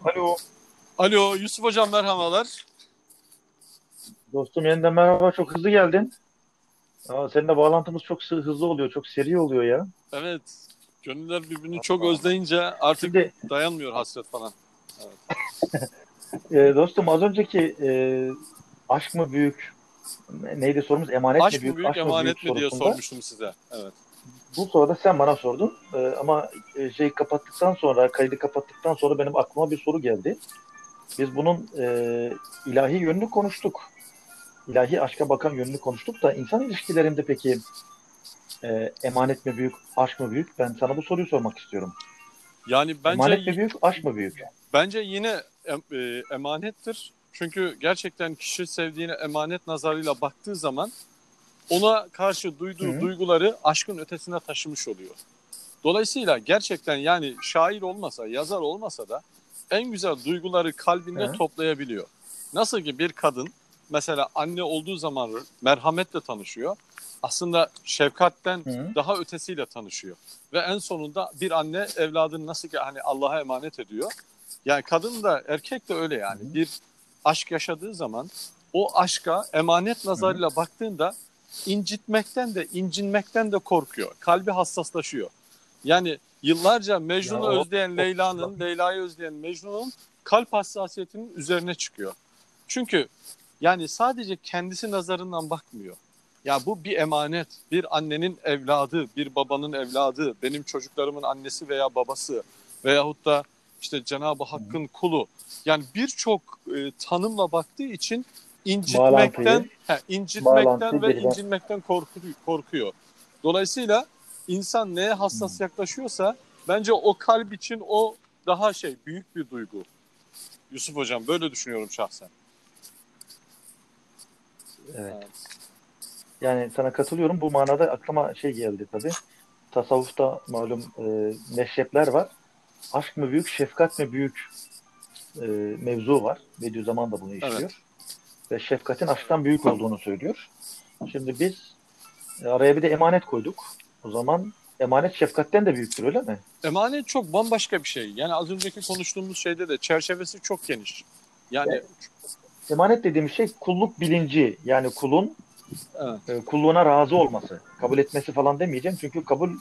Alo. Alo Yusuf Hocam, merhabalar. Dostum yeniden merhaba. Çok hızlı geldin. Seninle bağlantımız çok hızlı oluyor. Çok seri oluyor ya. Evet, gönüller birbirini çok Allah Allah. özleyince artık Şimdi dayanmıyor hasret falan. Evet. dostum az önceki aşk mı büyük neydi sorumuz? Emanet mi Aşk mı büyük, büyük, aşk mı büyük emanet mi diye sorusunda sormuştum size. Evet. bu soruda sen bana sordun. Ama kapattıktan sonra, kaydı kapattıktan sonra benim aklıma bir soru geldi. Biz bunun ilahi yönünü konuştuk. İlahi aşka bakan yönünü konuştuk da insan ilişkilerinde peki emanet mi büyük, aşk mı büyük? Ben sana bu soruyu sormak istiyorum. Yani Emanet mi büyük, aşk mı büyük? bence yine emanettir. Çünkü gerçekten kişi sevdiğine emanet nazarıyla baktığı zaman ona karşı duyduğu Hı duyguları aşkın ötesine taşımış oluyor. Dolayısıyla gerçekten yani şair olmasa, yazar olmasa da en güzel duyguları kalbinde hı. toplayabiliyor. Nasıl ki bir kadın mesela anne olduğu zaman merhametle tanışıyor. Aslında şefkatten Hı daha ötesiyle tanışıyor. Ve en sonunda bir anne evladını nasıl ki hani Allah'a emanet ediyor. Yani kadın da erkek de öyle yani. hı. Bir aşk yaşadığı zaman o aşka emanet Hı hı. nazarıyla baktığında incitmekten de incinmekten de korkuyor. Kalbi hassaslaşıyor. Yani yıllarca Ya Mecnun'u o, özleyen bak, Leyla'nın, Leyla'yı özleyen Mecnun'un kalp hassasiyetinin üzerine çıkıyor. Çünkü yani sadece kendisi nazarından bakmıyor. Ya bu bir emanet, bir annenin evladı, bir babanın evladı, benim çocuklarımın annesi veya babası veyahut da işte Cenab-ı hı hı. Hakk'ın kulu. Yani birçok tanımla baktığı için Bağlantıyı, incitmekten bağlantıyı ve birden. incinmekten korkuyor. Dolayısıyla İnsan neye Hı. hassas yaklaşıyorsa bence o kalp için o daha büyük bir duygu. Yusuf Hocam böyle düşünüyorum şahsen. Evet. Evet. Yani sana katılıyorum. Bu manada aklıma şey geldi tabii. Tasavvufta malum meşrepler var. Aşk mı büyük, şefkat mi büyük e, mevzu var. Bediüzzaman da bunu Evet. işliyor. Ve şefkatin aşktan büyük olduğunu söylüyor. Şimdi biz araya bir de emanet koyduk. O zaman emanet şefkatten de büyüktür öyle mi? Emanet çok bambaşka bir şey. Yani az önceki konuştuğumuz şeyde de çerçevesi çok geniş. Yani Yani emanet dediğim şey kulluk bilinci. Yani kulun evet. kulluğuna razı olması. Kabul etmesi falan demeyeceğim. Çünkü kabul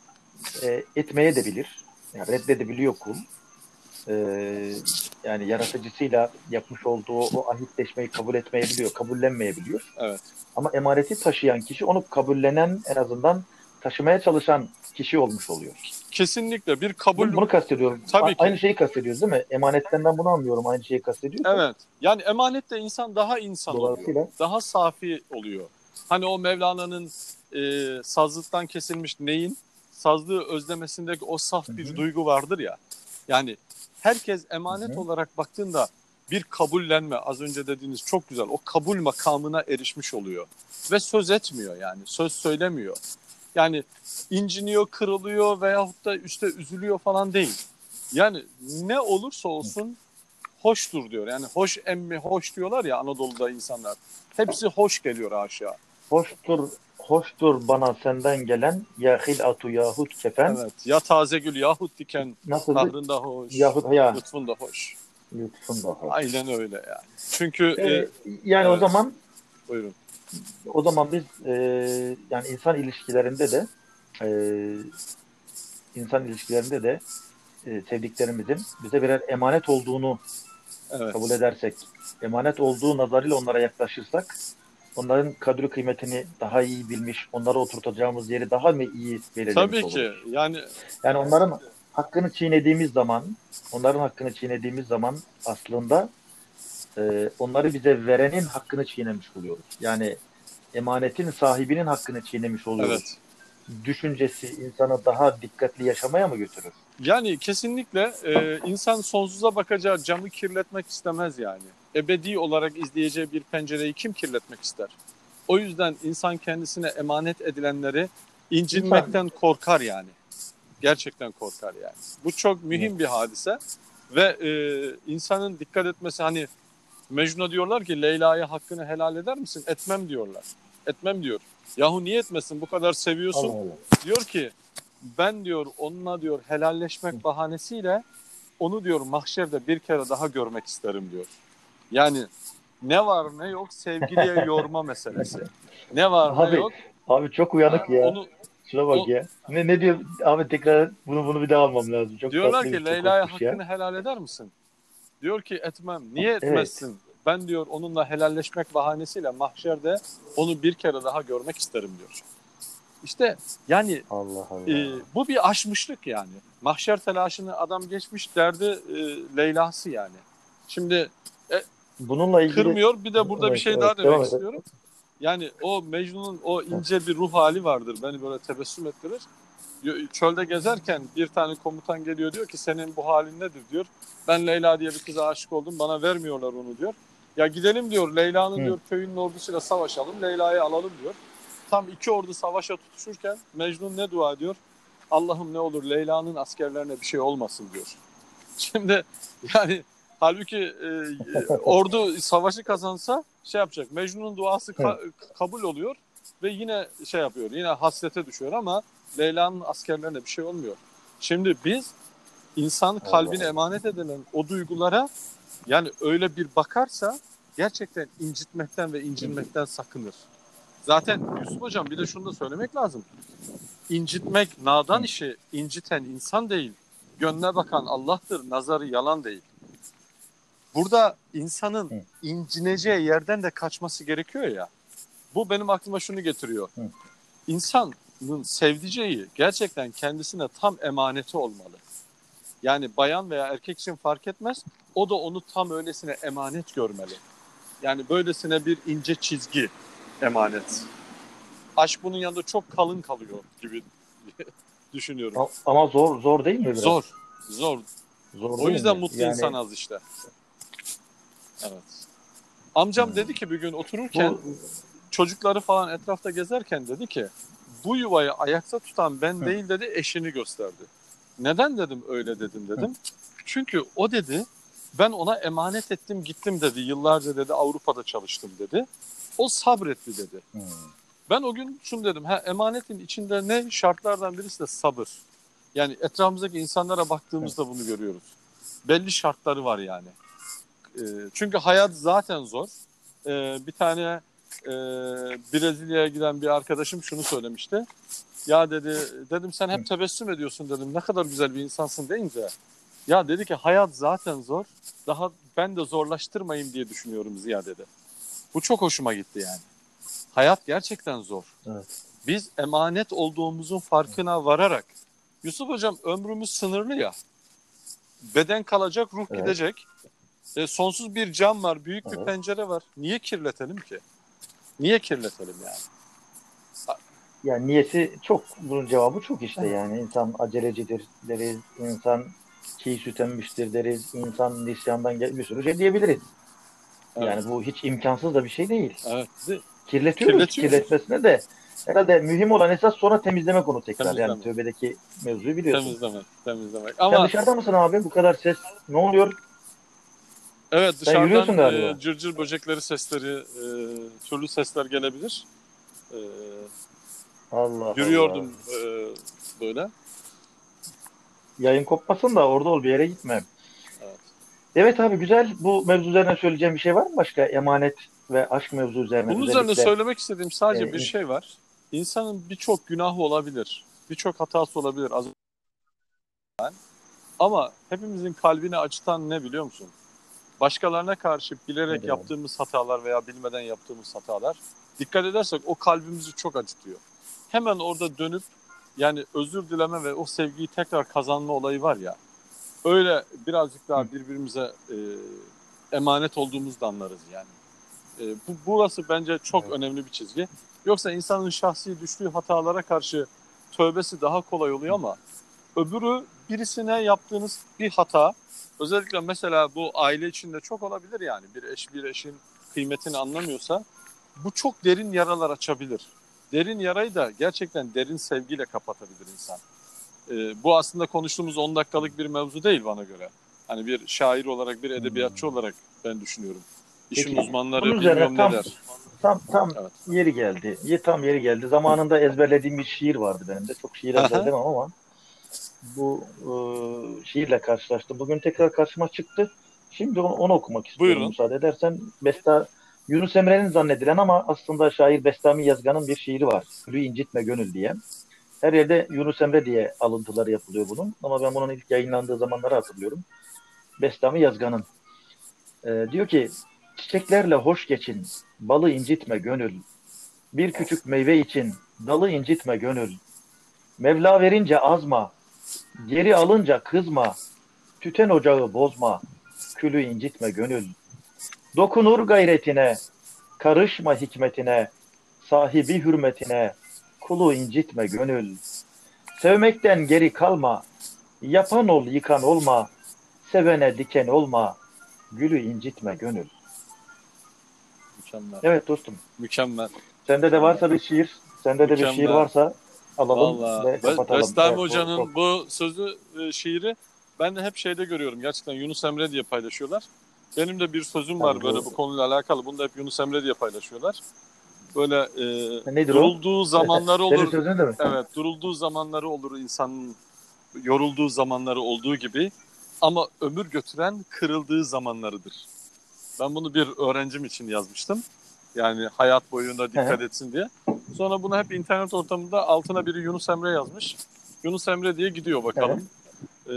etmeye de bilir. Yani reddedebiliyor kul. E, Yani yaratıcısıyla yapmış olduğu o ahitleşmeyi kabul etmeyebiliyor. Kabullenmeyebiliyor. Evet. Ama emaneti taşıyan kişi onu kabullenen, en azından taşımaya çalışan kişi olmuş oluyor. Kesinlikle bir kabul, Bunu kastediyorum. tabii ki. Aynı şeyi kastediyoruz değil mi? Emanetten ben bunu anlıyorum. Aynı şeyi kastediyorsak. Evet. Yani emanetle insan daha insan oluyor. Dolayısıyla Daha safi oluyor. Hani o Mevlana'nın sazlıktan kesilmiş neyin sazlığı özlemesindeki o hı saf bir hı, duygu vardır ya. Yani herkes hı emanet hı. olarak baktığında bir kabullenme, az önce dediğiniz çok güzel, o kabul makamına erişmiş oluyor. Ve söz etmiyor yani. Söz söylemiyor. Yani inciniyor, kırılıyor veyahut da üste üzülüyor falan değil. Yani ne olursa olsun hoştur diyor. Yani hoş emmi hoş diyorlar ya Anadolu'da insanlar. Hepsi hoş geliyor aşağı. Hoştur bana senden gelen ya hilatu yahut kefen. Evet. Ya taze gül yahut diken, Nasıldı? kahrında hoş, Yahut ya lütfunda hoş. lütfunda hoş. Aynen öyle yani. Çünkü Yani evet, buyurun. o zaman biz yani e, insan ilişkilerinde de sevdiklerimizin bize birer emanet olduğunu kabul Evet. edersek, emanet olduğu nazarıyla onlara yaklaşırsak, onların kadri kıymetini daha iyi bilmiş, onlara oturtacağımız yeri daha mı iyi belirlemiş Tabii ki. oluruz? Yani Yani hakkını çiğnediğimiz zaman, onların hakkını çiğnediğimiz zaman aslında onları bize verenin hakkını çiğnemiş oluyoruz. Yani emanetin sahibinin hakkını çiğnemiş oluyoruz. evet. Düşüncesi insanı daha dikkatli yaşamaya mı götürür? Yani kesinlikle insan sonsuza bakacağı camı kirletmek istemez yani. Ebedi olarak izleyeceği bir pencereyi kim kirletmek ister? O yüzden insan kendisine emanet edilenleri İnsan incinmekten korkar yani. Gerçekten korkar yani. Bu çok mühim bir hadise ve insanın dikkat etmesi, hani Mecnun'a diyorlar ki Leyla'ya hakkını helal eder misin? Etmem diyorlar. Etmem diyor. Yahu niye etmesin? Bu kadar seviyorsun. Allah Allah. Diyor ki ben diyor onunla diyor helalleşmek bahanesiyle onu diyor mahşerde bir kere daha görmek isterim diyor. Yani ne var ne yok sevgiliye yorma meselesi. Ne var ne Abi, yok abi çok uyanık ya. onu Şuna bak o ya. Ne diyor? Abi tekrar bunu bir daha almam lazım. Çok diyorlar ki tatlıymış, çok Leyla'ya hoşmuş ya. hakkını helal eder misin? Diyor ki etmem. Niye Evet. etmezsin? Ben diyor onunla helalleşmek bahanesiyle mahşerde onu bir kere daha görmek isterim diyor. İşte yani Allah Allah. bu bir aşmışlık yani. Mahşer telaşını adam geçmiş derdi Leyla'sı yani. Şimdi e, Bununla ilgili kırmıyor bir de burada bir evet, şey daha evet, demek devam edelim. istiyorum. Yani o Mecnun'un o ince bir ruh hali vardır. Beni böyle tebessüm ettirir. Çölde gezerken bir tane komutan geliyor diyor ki senin bu halin nedir diyor. Ben Leyla diye bir kıza aşık oldum bana vermiyorlar onu diyor. Ya gidelim diyor Leyla'nın Hı. diyor köyünün ordusuyla savaşalım Leyla'yı alalım diyor. Tam iki ordu savaşa tutuşurken Mecnun ne dua ediyor? Allah'ım ne olur Leyla'nın askerlerine bir şey olmasın diyor. Şimdi yani halbuki ordu savaşı kazansa şey yapacak. Mecnun'un duası Hı. kabul oluyor ve yine şey yapıyor. Yine hasrete düşüyor ama Leyla'nın askerlerine bir şey olmuyor. Şimdi biz insan Allah kalbine Allah. emanet edilen o duygulara yani öyle bir bakarsa gerçekten incitmekten ve incinmekten sakınır. Zaten Yusuf Hocam bir de şunu da söylemek lazım. İncitmek nadan Hı. işi, inciten insan değil. Gönlüne bakan Allah'tır, nazarı yalan değil. Burada insanın Hı. incineceği yerden de kaçması gerekiyor ya. Bu benim aklıma şunu getiriyor. Hı. İnsanın sevdiceği gerçekten kendisine tam emaneti olmalı. Yani bayan veya erkek için fark etmez. O da onu tam öylesine emanet görmeli. Yani böylesine bir ince çizgi emanet. Aşk bunun yanında çok kalın kalıyor gibi düşünüyorum. Ama zor değil mi biraz? Zor, zor. Zor O değil yüzden mi? mutlu insan Yani az işte. Evet. Amcam hı. dedi ki bir gün otururken Bu çocukları falan etrafta gezerken dedi ki bu yuvayı ayakta tutan ben hı. değil dedi eşini gösterdi. Neden dedim öyle dedim Hı. dedim. Çünkü o dedi ben ona emanet ettim gittim dedi yıllarca dedi Avrupa'da çalıştım dedi. O sabretti dedi. Hı. Ben o gün şunu dedim emanetin içinde ne şartlardan birisi de sabır. Yani etrafımızdaki insanlara Hı. baktığımızda bunu görüyoruz. Belli şartları var yani. Çünkü hayat zaten zor. Bir tane Brezilya'ya giden bir arkadaşım şunu söylemişti. Ya dedi, dedim sen Hı. hep tebessüm ediyorsun dedim. Ne kadar güzel bir insansın deyince. Ya dedi ki hayat zaten zor. Daha ben de zorlaştırmayayım diye düşünüyorum Ziya dedi. Bu çok hoşuma gitti yani. Hayat gerçekten zor. Evet. Biz emanet olduğumuzun farkına vararak Yusuf Hocam ömrümüz sınırlı ya. Beden kalacak, ruh Evet. gidecek. Sonsuz bir cam var, büyük bir Evet. pencere var. Niye kirletelim ki? Niye kirletelim yani? Yani niyesi çok. Bunun cevabı çok işte yani. İnsan acelecidir deriz. İnsan çiğ süt emmiştir deriz. İnsan nisyandan bir sürü şey diyebiliriz. Evet, Yani bu hiç imkansız da bir şey değil. evet. Kirletiyoruz. Kirletiyoruz. Kirletmesine de herhalde mühim olan esas sonra temizlemek onu tekrar. Yani Temizlemek, tövbedeki mevzuyu biliyorsun. temizlemek, temizlemek. Sen Ama dışarıda mısın abi? Bu kadar ses. Ne oluyor? evet Sen dışarıdan yürüyorsun galiba. cırcır böcekleri sesleri, türlü sesler gelebilir. E, Allah Allah. yürüyordum böyle. Yayın kopmasın da orada ol, bir yere gitme. Evet. Evet abi, güzel. Bu mevzu üzerine söyleyeceğim bir şey var mı başka? Emanet ve aşk mevzu üzerine Bunun üzerine özellikle. söylemek istediğim sadece bir In- şey var. İnsanın birçok günahı olabilir. Birçok hatası olabilir. Ama hepimizin kalbini acıtan ne biliyor musun? Başkalarına karşı bilerek Nedir abi? yaptığımız hatalar veya bilmeden yaptığımız hatalar. Dikkat edersek o kalbimizi çok acıtıyor. Hemen orada dönüp yani özür dileme ve o sevgiyi tekrar kazanma olayı var ya. Öyle birazcık Hı. daha birbirimize emanet olduğumuzda anlarız yani. Burası bence çok Evet. önemli bir çizgi. Yoksa insanın şahsi düştüğü hatalara karşı tövbesi daha kolay oluyor ama öbürü birisine yaptığınız bir hata, özellikle mesela bu aile içinde çok olabilir yani bir eş bir eşin kıymetini anlamıyorsa bu çok derin yaralar açabilir. Derin yarayı da gerçekten derin sevgiyle kapatabilir insan. Bu aslında konuştuğumuz 10 dakikalık bir mevzu değil bana göre. Hani bir şair olarak, bir edebiyatçı Hmm. olarak ben düşünüyorum. İşin Peki bunun uzmanları üzerine bilmiyorum ne tam der. tam tam Evet. yeri geldi. Tam yeri geldi. Zamanında ezberlediğim bir şiir vardı benim de. Çok şiir ezberlemem ama bu şiirle karşılaştım. Bugün tekrar karşıma çıktı. Şimdi onu okumak istiyorum Buyurun. müsaade edersen. Yunus Emre'nin zannedilen ama aslında şair Bestami Yazgan'ın bir şiiri var. Gülü incitme gönül diye. Her yerde Yunus Emre diye alıntıları yapılıyor bunun. Ama ben bunun ilk yayınlandığı zamanları hatırlıyorum. Bestami Yazgan'ın. Diyor ki, çiçeklerle hoş geçin, balı incitme gönül. Bir küçük meyve için dalı incitme gönül. Mevla verince azma, geri alınca kızma. Tüten ocağı bozma, külü incitme gönül. Dokunur gayretine, karışma hikmetine, sahibi hürmetine, kulu incitme gönül. Sevmekten geri kalma, yapan ol yıkan olma, sevene diken olma, gülü incitme gönül. Mükemmel. Evet dostum, Mükemmel. sende de Mükemmel. varsa bir şiir, sende de bir şiir Mükemmel. varsa alalım Valla ve kapatalım. Bestami Evet, bu çok Hoca'nın bu sözü, şiiri ben de hep şeyde görüyorum. Gerçekten Yunus Emre diye paylaşıyorlar. Benim de bir sözüm tabii var böyle bu. bu konuyla alakalı. Bunu da hep Yunus Emre diye paylaşıyorlar. Böyle Nedir o? durulduğu zamanları Senin olur. sözün de mi? Evet, durulduğu zamanları olur insanın, yorulduğu zamanları olduğu gibi. Ama ömür götüren kırıldığı zamanlarıdır. Ben bunu bir öğrencim için yazmıştım. Yani hayat boyunda dikkat etsin diye. Sonra bunu hep internet ortamında altına biri Yunus Emre yazmış. Yunus Emre diye gidiyor bakalım. Ee,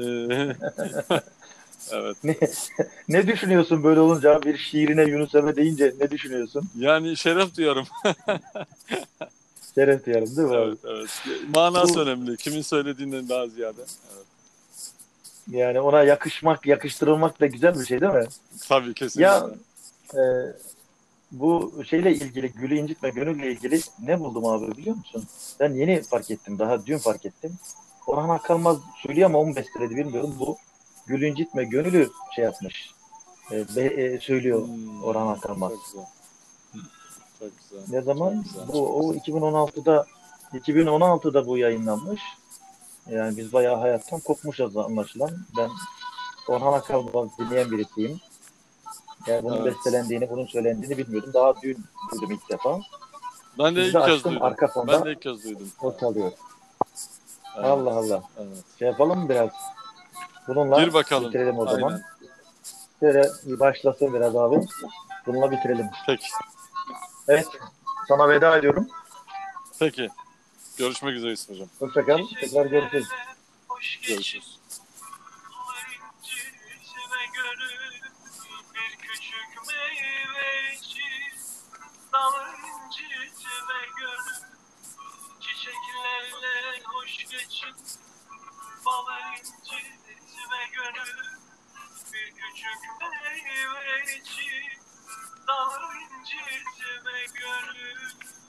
evet. Ne, ne düşünüyorsun böyle olunca, bir şiirine Yunus Emre deyince ne düşünüyorsun? Yani şeref duyuyorum. Şeref duyarım değil mi abi? Evet, evet. Manası Bu, önemli. Kimin söylediğinden daha ziyade. Evet. yani ona yakışmak, yakıştırılmak da güzel bir şey değil mi? Tabii Ya kesinlikle. e, bu şeyle ilgili, Gülü incitme gönülle ilgili ne buldum abi biliyor musun? Ben yeni fark ettim, daha dün fark ettim. Orhan Akalmaz söylüyor ama o mu besteledi bilmiyorum. Bu Gülü incitme gönülü şey yapmış. Söylüyor Orhan Akalmaz. Çok güzel. Çok güzel. Ne Çok zaman? güzel. Çok Bu o güzel. 2016'da bu yayınlanmış. Yani biz bayağı hayattan kopmuşuz anlaşılan. Ben Orhan Akalmaz dinleyen birisiyim. Yani bunun Evet. bestelendiğini, bunun söylendiğini bilmiyordum. Daha dün duydum ilk defa. Ben de Şimdi de ilk kez açtım, duydum. arka Ben de fonda ilk kez duydum. o çalıyor. Evet. Allah Allah. Evet. Şey yapalım mı biraz? Gir Bununla bakalım. bitirelim o zaman. Aynen. Şöyle bir başlasın biraz abi. Bununla bitirelim. Peki. Evet. Sana veda ediyorum. Peki. Görüşmek üzere İsmail Hocam. Hoşça kal. Tekrar görüşürüz. Görüşürüz. Bir küçük meyveci dalancıtme gönül çiçeklerle hoş geçin balancıtme gönül bir küçük meyveci dalancıtme gönül